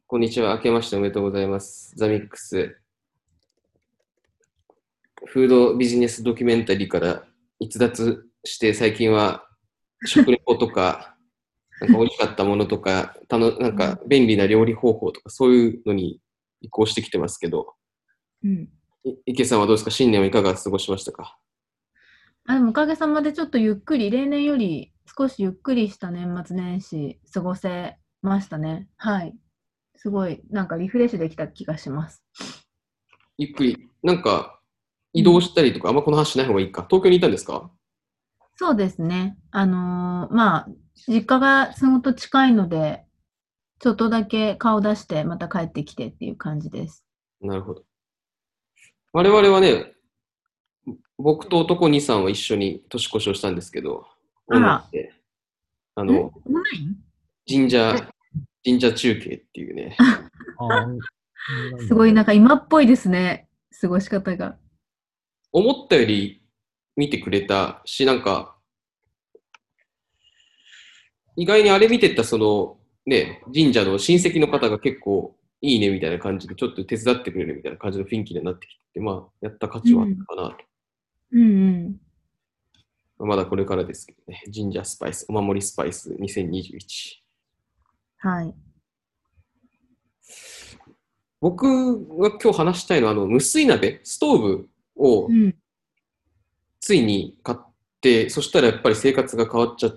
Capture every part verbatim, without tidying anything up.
こんにちは。明けましておめでとうございます。ザミックス。フードビジネスドキュメンタリーから逸脱して、最近は食レポとか、なんか美味しかったものとか、たのなんうん。 か便利な料理方法とか、そういうのに移行してきてますけど、 うん。 い池さんはどうですか？新年はいかが過ごしましたか？ あ、でもおかげさまでちょっとゆっくり、例年より少しゆっくりした年末年始過ごせましたね。はい。すごい、なんかリフレッシュできた気がします。 ゆっくり、なんか移動うん。 したりとか、あんまこの話しない方がいいか。東京にいたんですか？ そうですね。あのーまあ、実家がすごく近いので、ちょっとだけ顔出してまた帰ってきてっていう感じです。 なるほど。我々はね、僕と男にさんは一緒に年越しをしたんですけど、オンラインあら、 で、あんオンの、 ライン神え、 社、神社中継っていうね、 ああ、オンオンライすごいンで。 なんか今っぽいですね。過ごし方が。 思ったより見てくれたし、なんか、意外にあれ見てたその、ね、神社の親戚の方が結構いいねみたいな感じで、ちょっと手伝ってくれるみたいな感じの雰囲気になってきて、まあ、やった価値はあっうん。 たかなうんうん。 と。まだこれからですけどね、神社スパイス、お守りスパイスにせんにじゅういち。 はい。 僕が今日話したいのは、あの、無水鍋、ストーブをうん。 ついに買って、そしたらやっぱり生活が変わっちゃって、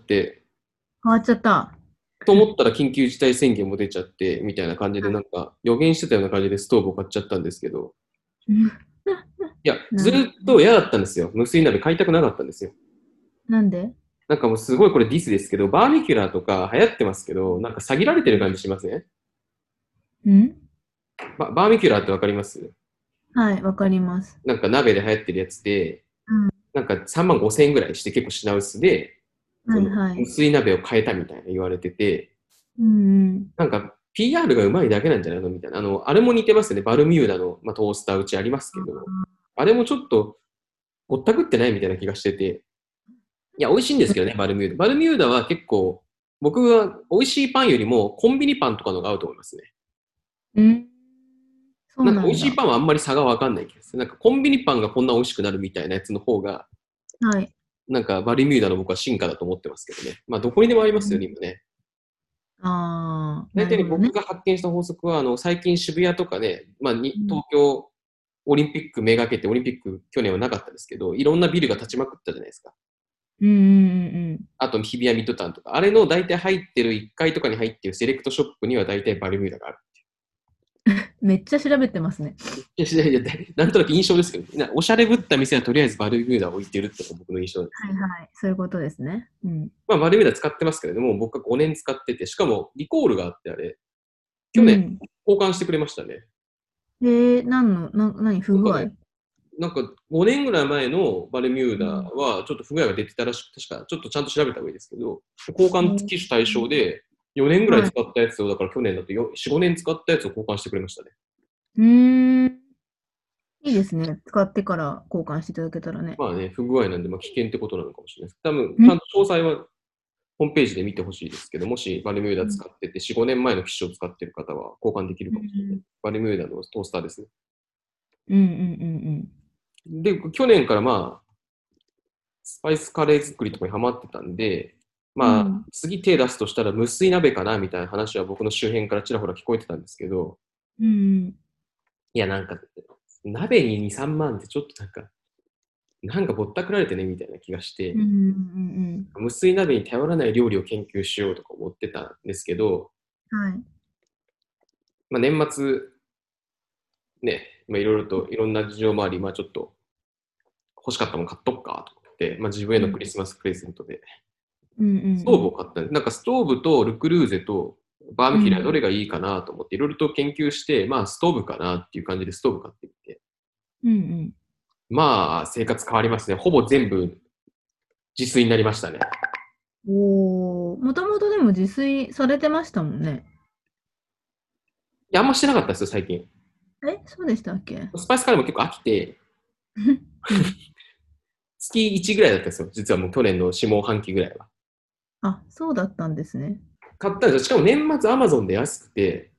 変わっちゃった。 と思ったら緊急事態宣言も出ちゃって、みたいな感じで、なんか予言してたような感じでストーブを買っちゃったんですけど、 うん。 いや、ずっなるほど。 と嫌だったんですよ。無水鍋買いたくなかったんですよ。 なんで？ なんかもうすごいこれディスですけど、バーミキュラーとか流行ってますけど、なんか詐欺られてる感じしますね。 うん。 ババーミキュラーってわかります？ はい、わかります。 なんか鍋で流行ってるやつで、 うん。 なんかさんまんごせん円ぐらいして結構品薄で、そのはいはい。 無水鍋を変えたみたいな言われてて、 うんうん。 なんか ピーアール がうまいだけなんじゃないのみたいな。あの、あれも似てますよね。バルミューダの、まあ、トースターうちありますけど、あれもちょっとぼったくってないみたいな気がしてて、いや、美味しいんですけどね、バルミューダ。バルミューダは結構、僕は美味しいパンよりもコンビニパンとかの方が合うと思いますね。 うん。そなんか美味しいうなんだ。 パンはあんまり差がわかんない気がする。なんかコンビニパンがこんな美味しくなるみたいなやつの方が、 はい。 なんかバルミューダの僕は進化だと思ってますけどね。まあどこにでもありますよね、 うん。 今ね。 ああ、 大体ね、 なるほどね。 僕が発見した法則は、あの、最近渋谷とかね、まあにうん。 東京オリンピックめがけて、オリンピック去年はなかったですけど、いろんなビルが建ちまくったじゃないですか。 うんうんあと日比谷ミッドタウンとか、あれの大体入ってるいっかいとかに入ってるセレクトショップには大体バルミューダがある。 うん。めっちゃ調べてますね。 いやいやいや、なんとなく印象ですけど、なおしゃれぶった店はとりあえずバルミューダを置いてるってのが僕の印象なんですけど、 はいはい。そういうことですね。うん。 まあ、バルミューダ使ってますけれども、僕はごねん使ってて、しかもリコールがあってあれ、去年うん。 交換してくれましたね。 えー、何の、な、何、不具合？ なんかね、なんかごねんぐらい前のバルミューダうん。 はちょっと不具合が出てたらしく、確かちょっとちゃんと調べた方がいいですけど、交換機種対象でよねんぐらいはい。 使ったやつを、だから去年だとよん、ごねん使ったやつを交換してくれましたね。 うーん。いいですね。使ってから交換していただけたらね。 まあね、不具合なんで、まあ、危険ってことなのかもしれないです。多分、ちゃんん。 と詳細はホームページで見てほしいですけど、もしバルミューダ使ってて、よん、ごねんまえの機種を使っている方は交換できるうかもしれない。 んバルミューダのトースターですね。 うんうんで、去年からまあ、スパイスカレー作りとかにハマってたんで、 うんうん。 まあ、 うん。 次手出すとしたら無水鍋かなみたいな話は僕の周辺からちらほら聞こえてたんですけど、 うんいや、なんか、鍋にに、さんまんってちょっとなんか、なんかぼったくられてねみたいな気がして、 うんうん無水鍋に頼らない料理を研究しようとか思ってたんですけど、 うん。はい。 まあ、年末ね、まあ、いろいろといろんな事情もあり、まあ、ちょっと欲しかったもの買っとくかと思って、まあ、自分へのクリスマスプレゼントでうんうんストーブをうん。 買ったんです。なんかストーブとルクルーゼとバーミキュラうん。 どれがいいかなと思っていろいろと研究して、まあストーブかなっていう感じでストーブ買ってみて、 うんうん。 まあ生活変わりますね。ほぼ全部自炊になりましたね。 おお、もともとでも自炊されてましたもんね。 いや、あんましてなかったですよ、最近。 え、そうでしたっけ？ スパイスカレーも結構飽きて、 うん。 月いちぐらいだったんですよ。実はもう去年の下半期ぐらいは。 あ、そうだったんですね。 買ったんですよ。しかも年末アマゾンで安くて、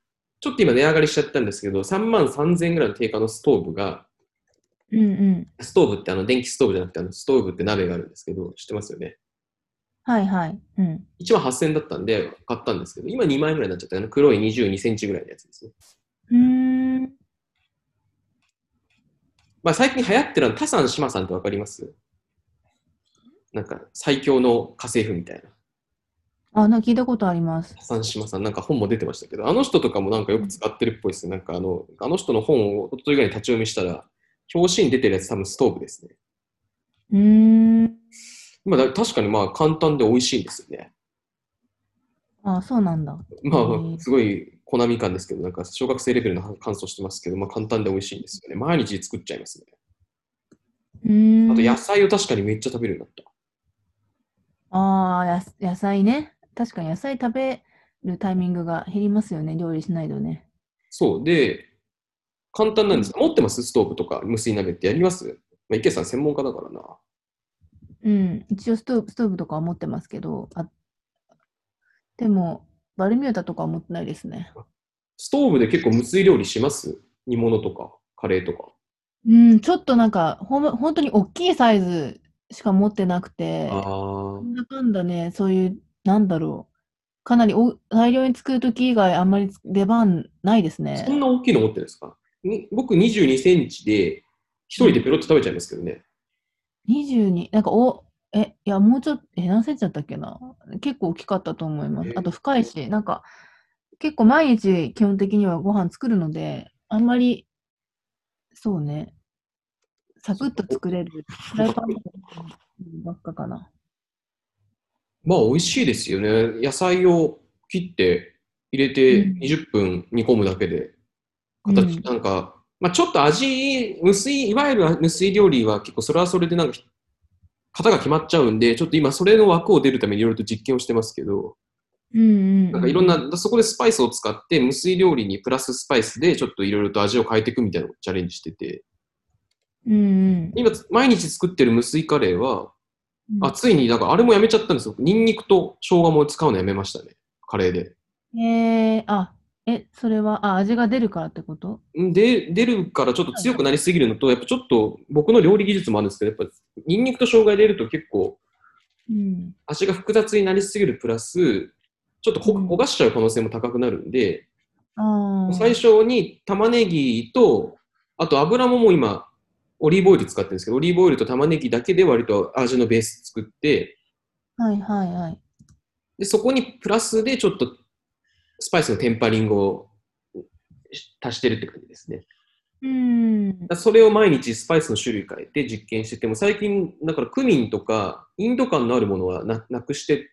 ちょっと今値上がりしちゃったんですけど、さんまんさんぜんえんぐらいの定価のストーブが、 うんうん。 ストーブってあの電気ストーブじゃなくてあのストーブって鍋があるんですけど、知ってますよね。 はいはい。うん。 いちまんはっせんえんだったんで買ったんですけど、今にまん円ぐらいになっちゃったあの黒いにじゅうにセンチぐらいのやつですね。 うーん。 まあ最近流行ってるのはタサンシマさんってわかります？なんか最強の家政婦みたいな。 あ、なんか聞いたことあります。 タサンシマさんなんか本も出てましたけど、あの人とかもなんかよく使ってるっぽいですね。なんかあの、あの人の本を一昨日ぐらいに立ち読みしたら、表紙に出てるやつ多分ストーブですね。 うーん。 まあだ確かにまあ簡単で美味しいんですよね。 あ、そうなんだ。 まあへーすごい好み感ですけど、なんか小学生レベルの感想してますけど、まあ簡単で美味しいんですよね。毎日作っちゃいますね。 うーん。 あと野菜を確かにめっちゃ食べるようになった。 ああ、やす野菜ね。確かに野菜食べるタイミングが減りますよね。料理しないとね。 そう。で、簡単なうん。 んです。持ってますストーブとか無水鍋ってやります？まあ、池さん専門家だからな。 うん。一応ストーブ、ストーブとかは持ってますけど、あ、でも、バルミューダとかは持ってないですね。 ストーブで結構無水料理します？煮物とか、カレーとか。 うん、ちょっとなんか、ほん、本当に大きいサイズしか持ってなくあて、 あ、 なんだかんだね、そういう、なんだろう。かなりお大量に作るとき以外あんまり出番ないですね。 そんな大きいの持ってるんですか？に僕にじゅうにセンチで一人でうん。 ペロッと食べちゃいますけどね。 にじゅうに、なんかお、え、いや、もうちょっと、え、何センチだったっけな。結構大きかったと思います。あとえー深いし、なんか、結構毎日基本的にはご飯作るので、あんまり、そうね、サクッと作れるフライパンばっかかな。 まあ美味しいですよね。野菜を切って入れてうん。 にじゅっぷん煮込むだけで、形、 うん。 なんか、まあちょっと味、無水、いわゆる無水料理は結構それはそれでなんか型が決まっちゃうんで、ちょっと今それの枠を出るためにいろいろと実験をしてますけど、 うんうんなんかいろんうんな、そこでスパイスを使って無水料理にプラススパイスでちょっといろいろと味を変えていくみたいなのをチャレンジしてて、 うん。うん今毎日作ってる無水カレーは、あ、 うん。 ついに、だからあれもやめちゃったんですよ。ニンニクと生姜も使うのやめましたね。カレーで。 えー、あ、え、それは、あ、味が出るからってこと？ で、出るからちょっとはい。 強くなりすぎるのと、やっぱちょっと僕の料理技術もあるんですけど、やっぱニンニクと生姜入れると結構うん。 味が複雑になりすぎるプラス、ちょっと焦うん。 焦がしちゃう可能性も高くなるんで、 ああ。 最初に玉ねぎと、あと油ももう今、オリーブオイル使ってるんですけど、オリーブオイルと玉ねぎだけで割と味のベース作って、 はいはいはい。 で、そこにプラスでちょっとスパイスのテンパリングを足してるって感じですね。 うーん。 それを毎日スパイスの種類変えて実験してても、最近、だからクミンとかインド感のあるものはななくしてって、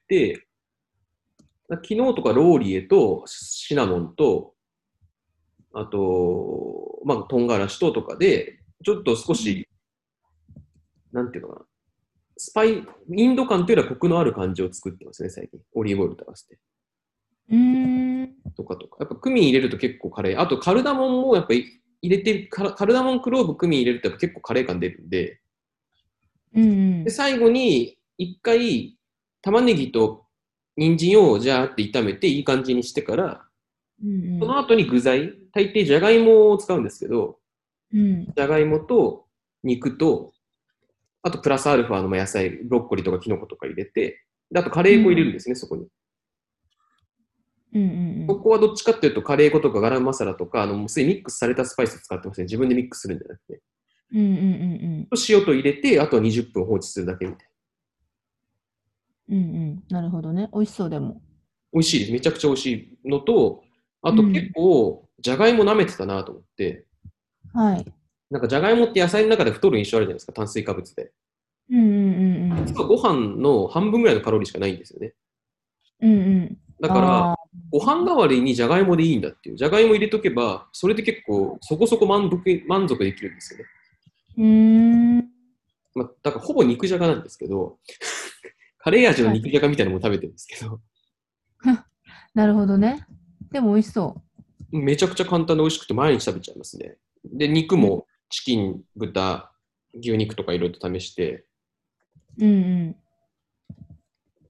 昨日とかローリエとシナモンと、あと、まあ、唐辛子ととかで、ちょっと少うん。 し、なんていうのかな、スパイ、インド感というよりはコクのある感じを作ってますね、最近。オリーブオイルと合わせて。 うーん。 とかとか。やっぱクミン入れると結構カレー。あとカルダモンもやっぱり入れて、カルカルダモンクローブ、クミン入れるとやっぱ結構カレー感出るんで、 うんうで、 ん。 最後に一回玉ねぎと人参をジャーって炒めていい感じにしてから、 うんうその後に具材、大抵じゃがいもを使うんですけど、 ん。うん。 じゃがいもと肉と、あとプラスアルファの野菜、ブロッコリーとかキノコとか入れて、であとカレー粉入れるんですね、そこに。 うんうんそこはどっちかっていうと、カレー粉とかガラムマサラとか、あの、もうすでにミックスされたスパイス使ってますね。自分でミックスするんじゃなくて。 うん。うんうんうん塩と入れて、あとはにじゅっぷん放置するだけみたいうん。うんうん。なるほどね。美味しそうでも。 美味しいです。めちゃくちゃ美味しいのと、あと結うん。 構、じゃがいも舐めてたなと思って、 はい。 なんかじゃがいもって野菜の中で太る印象あるじゃないですか、炭水化物で。 うんうんうんうん。 実はご飯の半分ぐらいのカロリーしかないんですよね。 うんうん。 だから、 ああ。 ご飯代わりにじゃがいもでいいんだっていう。じゃがいも入れとけば、それで結構そこそこ満足満足できるんですよね。 うーん。 まあ、だからほぼ肉じゃがなんですけど、カレー味のはい。 肉じゃがみたいなのも食べてるんですけど、 なるほどね。でも美味しそめちゃくちゃ簡単で美味しくて毎日食べちゃいますね。で、肉う。うん。 もチキン、豚、牛肉とかいろいろと試して、 うんうん。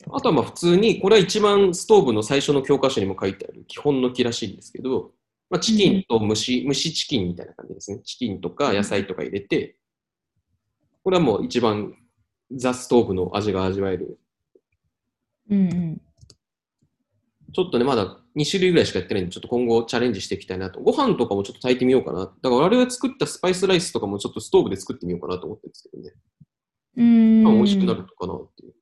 あとはまあ普通に、これは一番ストーブの最初の教科書にも書いてある基本の木らしいんですけど、まあ、チキンと蒸し、蒸しチキンみたいな感じですね。チキンとか野菜とか入れて、これはもう一番ザ・ストーブの味が味わえる。 うんうん。 ちょっとね、まだに種類ぐらいしかやってないんで、ちょっと今後チャレンジしていきたいなと。ご飯とかもちょっと炊いてみようかな。だから我々が作ったスパイスライスとかもちょっとストーブで作ってみようかなと思ってるんですけどね。 うーまあ、美味しくなるん。 のかなっていう。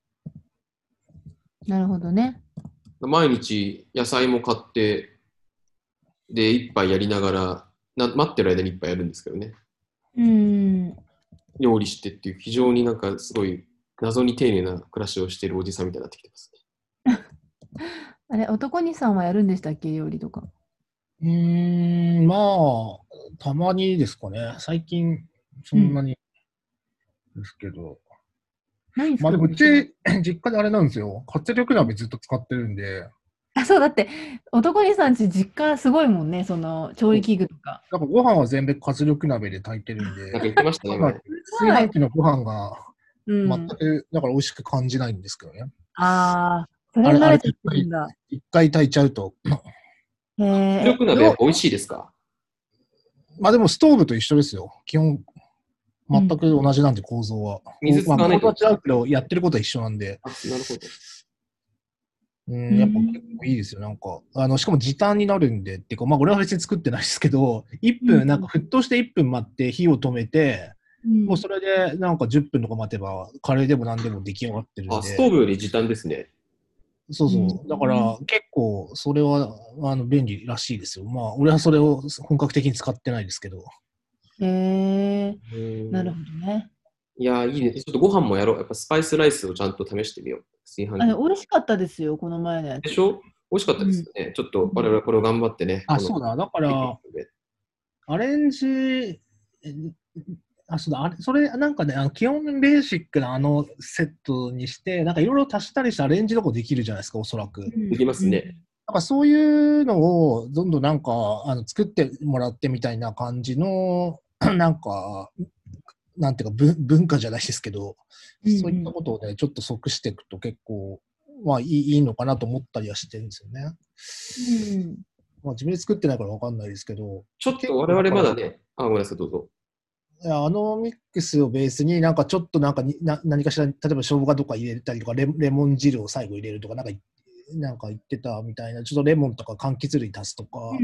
なるほどね。 毎日野菜も買って、で、一杯やりながら、な待ってる間に一杯やるんですけどね。 うーん。 料理してっていう、非常になんかすごい謎に丁寧な暮らしをしているおじさんみたいになってきてますね。 あれ、男にさんはやるんでしたっけ、料理とか。 うーん、まあ、たまにですかね。最近、そんなにですけど。まあでも、 何作るうち、実家であれなんですよ。活力鍋ずっと使ってるんで、 あ、そう、だって、男にさんち実家すごいもんね、その、調理器具とか。 なんかご飯は全部活力鍋で炊いてるんで、 なんか言ってましたね、 まあ前。 炊飯器のご飯が全うん。 く、だから美味しく感じないんですけどね。 ああ、それあれ、あれに慣れちゃっ一回、 てるんだ。 一回炊いちゃうと。 へえ、え、 圧力鍋やっどぱ美味しいですか？ まあでもストーブと一緒ですよ。基本、全くうん。 同じなんで構造は。 水使まあ構造はわないと。 違うけど、やってることは一緒なんで。 あ、なるほど。 ううん、やっぱ結ん。 構いいですよ。なんか、あの、しかも時短になるんで、っていうか、まあ俺は別に作ってないですけど、1 うん。 分、なんか沸騰していっぷん待って火を止めて、もううんそれでなんかじゅっぷんとか待てば、カレーでも何でも出来上がってるんあ、ストーで、 ブより時短ですね。 そううん。 そう。だから結構それは、あの、便利らしいですよ。まあ俺はそれを本格的に使ってないですけど。 へえ、 うーん。 なるほどね。 いやー、いいね。ちょっとご飯もやろう。やっぱスパイスライスをちゃんと試してみよう。炊飯あれ、 器。 美味しかったですよ、この前のやつ。 でしょ？美味しかったうん。 ですよね。ちょっと我うん。 々これを頑張ってね、 あ、 このそうだ。だから、アレンジ、えあ、そうだ、あれ、それ、なんかね、あの基本ベーシックなあのセットにして、なんかいろいろ足したりしてアレンジとかできるじゃないですか、おそらく。 できますね。 なんかそういうのをどんどんなんかあの作ってもらってみたいな感じの、なんか、なんていうか文文化じゃないですけど、 うん。 そういったことをね、ちょっと即していくと結構、まあいいいいのかなと思ったりはしてるんですよね。 うん。 まあ自分で作ってないからわかんないですけど、 ちょっと我結構だから、 々まだね、あ、ごめんなさい、どうぞ。 いやあのミックスをベースになんかちょっとなんかにな何かしら、例えば生姜とか入れたりとかレ、レモン汁を最後入れるとか、なんか、なんか言ってたみたいな、ちょっとレモンとか柑橘類足すとか、 うん。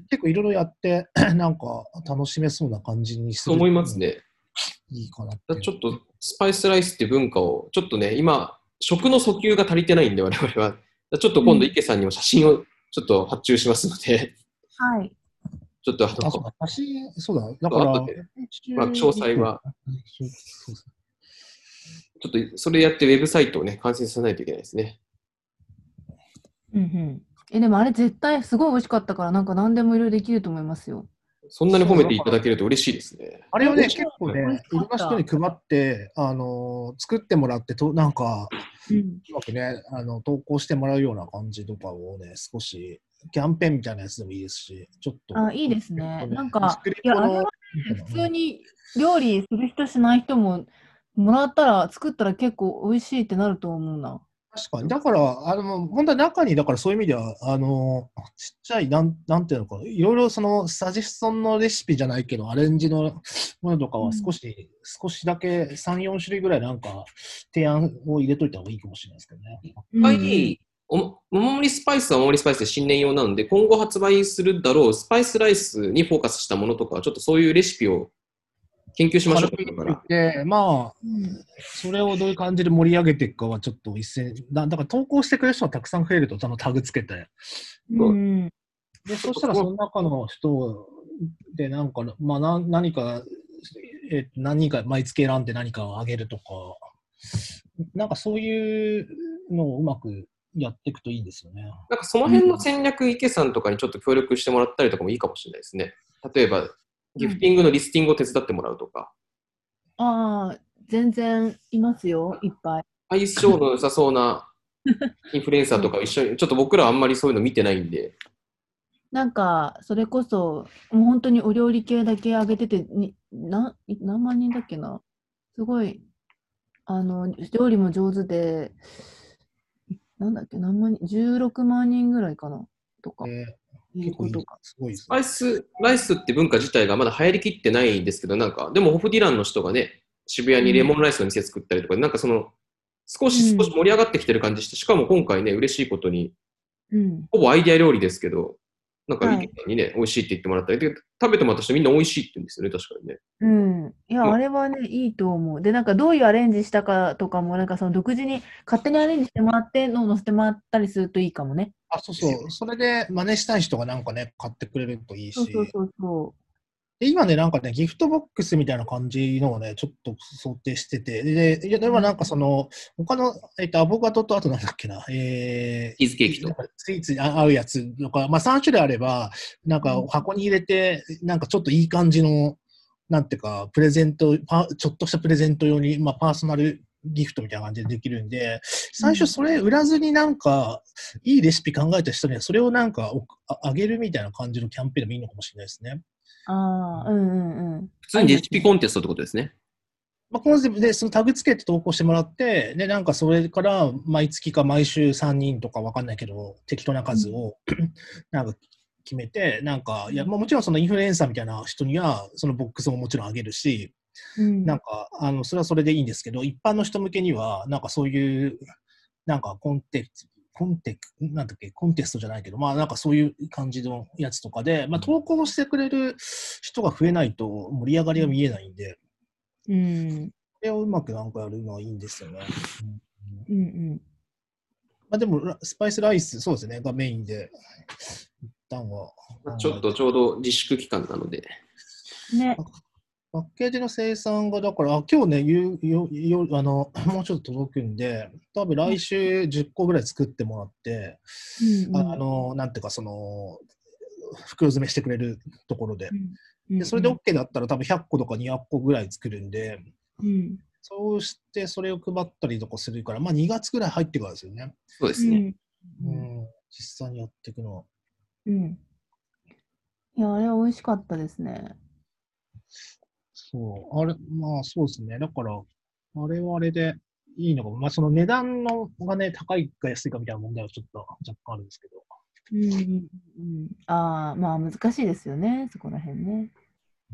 結構いろいろやって、なんか楽しめそうな感じにするそう思いますね。 いいかなっていう。 だちょっとスパイスライスっていう文化を、ちょっとね、今、食の訴求が足りてないんで、我々は。だちょっと今度、池さんにも写真をちょっと発注しますので、 はい。 ちょっとああ、そうの、 だ、写真、そうだ、だから、 後で、まあ、詳細は、 そうそうそうちょっとそれやってウェブサイトをね、完成させないといけないですね。 うんうん。え、でもあれ絶対すごい美味しかったから、なんか何でもいろいろできると思いますよ。 そんなに褒めていただけると嬉しいですね。 あれはね、 え結構美味ね、いろんなしかった。 人に配って、あのー作ってもらってと、なんか、 うん。 うまくね、あの、投稿してもらうような感じとかをね、少し、キャンペーンみたいなやつでもいいですし、ちょっと、 あ、いいですね。 ねなんか、 作りいや、あれ物、 は普通に料理する人しない人ももらったら、作ったら結構美味しいってなると思うな。 確かに。だから、あの、本当は中に、だからそういう意味では、あの、ちっちゃい、なん、なんていうのか、いろいろその、サジェストンのレシピじゃないけど、アレンジのものとかは少し、少しだけさん、よん種類ぐらいなんか、提案を入れといた方がいいかもしれないですけどね。 うんうん。 はい、おおもりスパイスはおもりスパイスで新年用なので、今後発売するだろうスパイスライスにフォーカスしたものとか、ちょっとそういうレシピを研究しましょう。 軽くだから言って、まあ、 うんそれをどういう感じで盛り上げていくかはちょっと一斉に、だだから投稿してくれる人がたくさん増えると、そのタグつけて、 うんで、そしたらその中の人でなんか、まあ、な何か、えっと、何人か毎月選んで何かをあげるとか、なんかそういうのをうまくやっていくといいですよね。 なんかその辺の戦略、池さんとかにちょっと協力してもらったりとかもいいかもしれないですね。例えば、ギフティングのリスティングを手伝ってもらうとか、 ああ、全然いますよ、いっぱい。 相性の良さそうなインフルエンサーとか一緒に、ちょっと僕らはあんまりそういうの見てないんで、 なんか、それこそ、もう本当にお料理系だけ上げてて、にな何万人だっけな。すごい、あの、料理も上手で、 なんだっけ、何万人、じゅうろくまん人ぐらいかな、とか、 えー、 いう結構いいことか。 すごいですスパイスライスって文化自体がまだ流行りきってないんですけど、なんか、でもホフディランの人がね、渋谷にレモンライスの店作ったりとか、なんかその、少し少しうん。 盛り上がってきてる感じして、しかも今回ね、嬉しいことに、 うん。 ほぼアイデア料理ですけど、なんか、 はい。 池さんにね、美味しいって言ってもらったり、で、食べてもらった人みんな美味しいって言うんですよね、確かにね。 うん。いや、 まあ、 あれはね、いいと思う。で、なんかどういうアレンジしたかとかも、なんかその独自に勝手にアレンジしてもらってのを載せてもらったりするといいかもね。 あ、そうですよ。 そう。それで真似したい人がなんかね、買ってくれるといいし。 そうそうそうそで、今ね、なんかね、ギフトボックスみたいな感じのをね、ちょっと想定してて、で、いや、でもなんかその、他の、えっと、アボカドとあとなんだっけな、えチーズケーキー、なんと。 かスイーツに合うやつとか、まあさん種類あれば、なんう。うかん。 箱に入れて、なんかちょっといい感じの、なんていうか、プレゼント、パちょっとしたプレゼント用に、まあパーソナルギフトみたいな感じでできるんで、最初それ売らずになんか、いいレシピ考えた人にはそれをなんかおああげるみたいな感じのキャンペーンでもいいのかもしれないですね。 ああ、うんうんうん。 普通にレシピありですね。 コンテストってことですね。 まあ、コンセプトで、そのタグつけて投稿してもらって、で、なんかそれから毎月か毎週さんにんとかわかんないけど、適当なうん。 数をなんか決めて、なんか、いや、 うん。 まあ、もちろんそのインフルエンサーみたいな人には、そのボックスももちろんあげるし、 うんなんか、あの、それはそれでいいんですけど、一般の人向けには、なんかそういう、なんかコンテコンテク、なんだっけ、コンテストじゃないけど、まあなんかそういう感じのやつとかで、まあ投稿してくれる人が増えないと盛り上がりが見えないんで、 うん。 それをうまくなんかやるのはいいんですよね。うん、 うん。 まあでも、ラスパイスライス、そうですね、がメインで、一旦はまあちょっと考えて。 ちょうど自粛期間なので、 ね。 パッケージの生産が、だから、あ今日ね、ゆゆゆあの、もうちょっと届くんで、多分来週じゅっこぐらい作ってもらって、 うんうあん。 の、なんていうか、その、袋詰めしてくれるところで。 うんうで、それでん OK だったら多分ひゃっことかにひゃっこぐらい作るんで、 うん。うん。 そうしてそれを配ったりとかするから、まあにがつぐらい入ってからですよね。 そうですね。 うん。 うん、実際にやっていくのは。 うん。いや、あれは美味しかったですね。 そう、あれ、まあそうですね。だから、あれはあれでいいのかも。まあその値段のがね、高いか安いかみたいな問題はちょっと若干あるんですけど。 うんうんうん。ああ、まあ難しいですよね、そこら辺ね。 うん、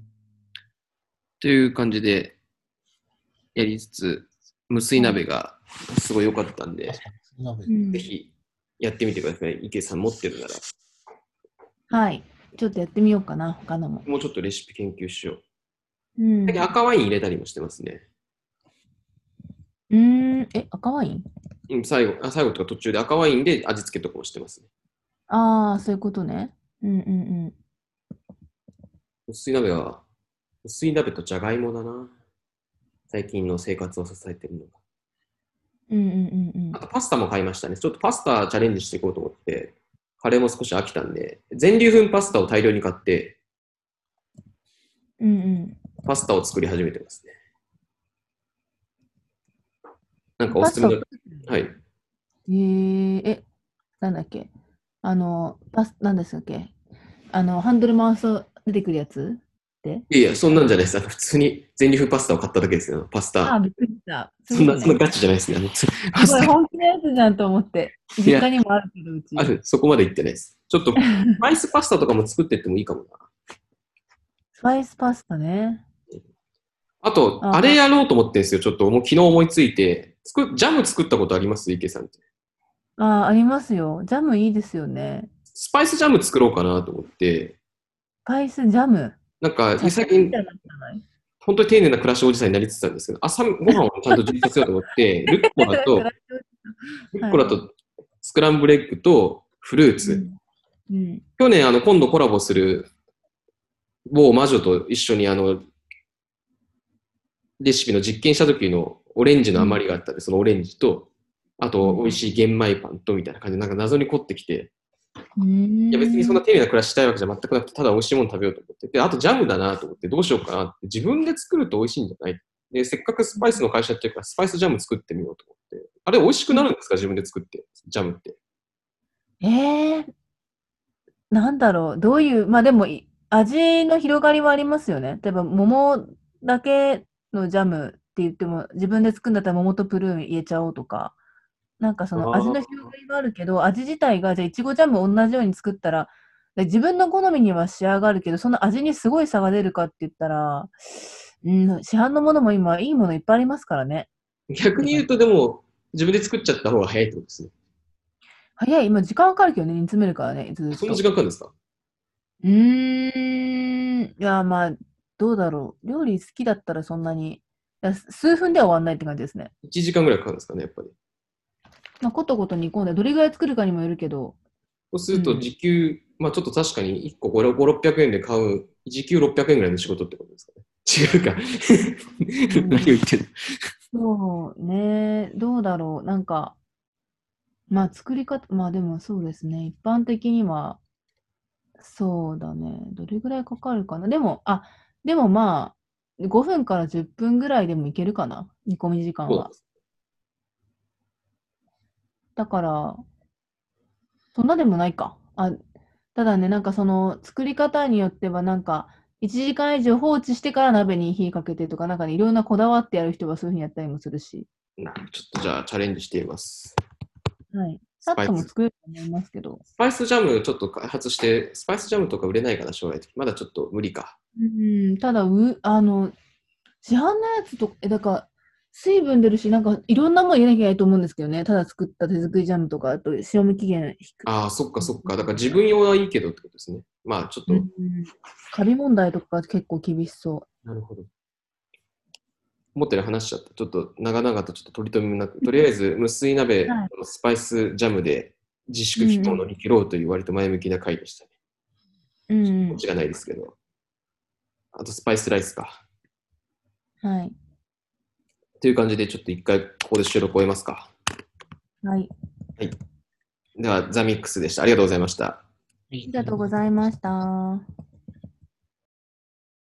という感じでやりつつ、無水はい。 鍋がすごい良かったんで、 確かに。鍋。 うん。 ぜひやってみてください。池さん持ってるなら。 はい。ちょっとやってみようかな、他のも。 もうちょっとレシピ研究しよう。 う最近ん。 赤ワイン入れたりもしてますね。 うーん。え、赤ワイン。 うん最後、あ最後とか途中で赤ワインで味付けとかもしてますね。 ああー、そういうことね。うんうん無水鍋は、無水鍋とじゃがいもだな。最近の生活を支えてるのが。 うん。うんうんうんあとパスタも買いましたね。ちょっとパスタチャレンジしていこうと思って、カレーも少し飽きたんで、全粒粉パスタを大量に買って、 うん。うんうん。 パスタを作り始めてますね。なんかおパスタをすすめの、はい。 えー、え、なんだっけ。あの、パス、なんですっけ。あの、ハンドル回すと出てくるやつで。 いやいや、そんなんじゃないです。あの普通に全粒粉パスタを買っただけですよ。パスああ、 タ。 びっくりした。そういそんな、 うことね。 そんなガチじゃないですね。あのつパすごいスタ。 本気のやつじゃんと思って。 いや、 実家にもあるけど、うち。 ある、そこまで言ってないです。ちょっと、ライスパスタとかも作ってってもいいかもな。 スパイスパスタね。 あと、 ああ、 あれやろうと思ってんですよ。ちょっともう昨日思いついて、作ジャム作ったことあります池さんって。 あ、ありますよ。ジャムいいですよね。 スパイスジャム作ろうかなと思って、 スパイスジャム。 なんか、 チャット最近、 みたいなやつじゃない？ 本当に丁寧な暮らしおじさんになりつつあるんですけど、朝ごはんをちゃんと準備させようと思って、ルッコラと、ルッコはい。 ラとスクランブルエッグとフルーツ。 うん。うん。 去年、あの、今度コラボする某魔女と一緒に、あの、レシピの実験した時のオレンジのうん。 余りがあったんで、そのオレンジと、あと、美味うん。 しい玄米パンと、みたいな感じで、なんか謎に凝ってきて、 ういや別にそんーん。 な丁寧な暮らししたいわけじゃ全くなくて、ただ美味しいもの食べようと思って。で、あとジャムだなと思って、どうしようかなって。自分で作ると美味しいんじゃないで、せっかくスパイスの会社やってるから、スパイスジャム作ってみようと思って。あれ美味しくなるんですか自分で作って、ジャムって。 えー、なんだろう。どういう、まあでもい、味の広がりはありますよね。例えば、桃だけのジャムって言っても、自分で作るんだったら桃とプルーン入れちゃおうとか、 なんかそのあー味の広がりはあるけど、味自体が、じゃあいちごジャム同じように作ったら、で自分の好みには仕上がるけど、その味にすごい差が出るかって言ったら、うん、市販のものも今いいものいっぱいありますからね。 逆に言うと、でも、自分で作っちゃった方が早いってことですね。 早い、今時間かかるけどね、煮詰めるからね、ずーっと。 そんな時間かかるんですか？ うーん、いや、まあ、どうだろう。料理好きだったらそんなに、いや数分では終わんないって感じですね。 いちじかんぐらいかかるんですかね、やっぱり。 まあ、ことこと煮込んで、どれぐらい作るかにもよるけど、 そうすると、 うん時給、まあちょっと確かにいっこご、ろっぴゃくえんで買う、時給ろっぴゃくえんぐらいの仕事ってことですかね。違うか。 うん何を言ってるそうね、どうだろう。なんか、まあ作り方、まあでもそうですね。一般的には、そうだね。どれぐらいかかるかな。でも、あ、でもまあ、ごふんからじゅっぷんぐらいでもいけるかな。煮込み時間は。 そうなんです。 だから、そんなでもないか。あ、ただね、なんかその作り方によっては、なんか、いちじかん以上放置してから鍋に火かけてとか、なんかね、いろんなこだわってやる人はそういうふうにやったりもするし。 なちょっとじゃあチャレンジしてみます。 はい。さっともスパイス。 作れると思いますけど。 スパイスジャムちょっと開発して、スパイスジャムとか売れないかな、将来的に。まだちょっと無理か。 うん、ただ、う、あの、市販のやつと、え、だから、水分出るし、なんか、いろんなもん入れなきゃいけないと思うんですけどね。ただ作った手作りジャムとか、あと、賞味期限引く。 ああ、そっかそっか。だから自分用はいいけどってことですね。まあちょっと、 うん、カビ問題とか結構厳しそなるほど。思ったより話しちゃった。ちょっと長々とちょっと取り留めもなく、とりあえず無水う。 鍋はい。 のスパイスジャムで自粛期間をうん乗り切ろうという割と前向きな回でしたね。 うん。うんこっちがないですけど。あとスパイスライスか。 うん。はい。 という感じでちょっと一回ここで収録を終えますか。 はい。 はい。では、ザミックスでした。ありがとうございました。 ありがとうございました。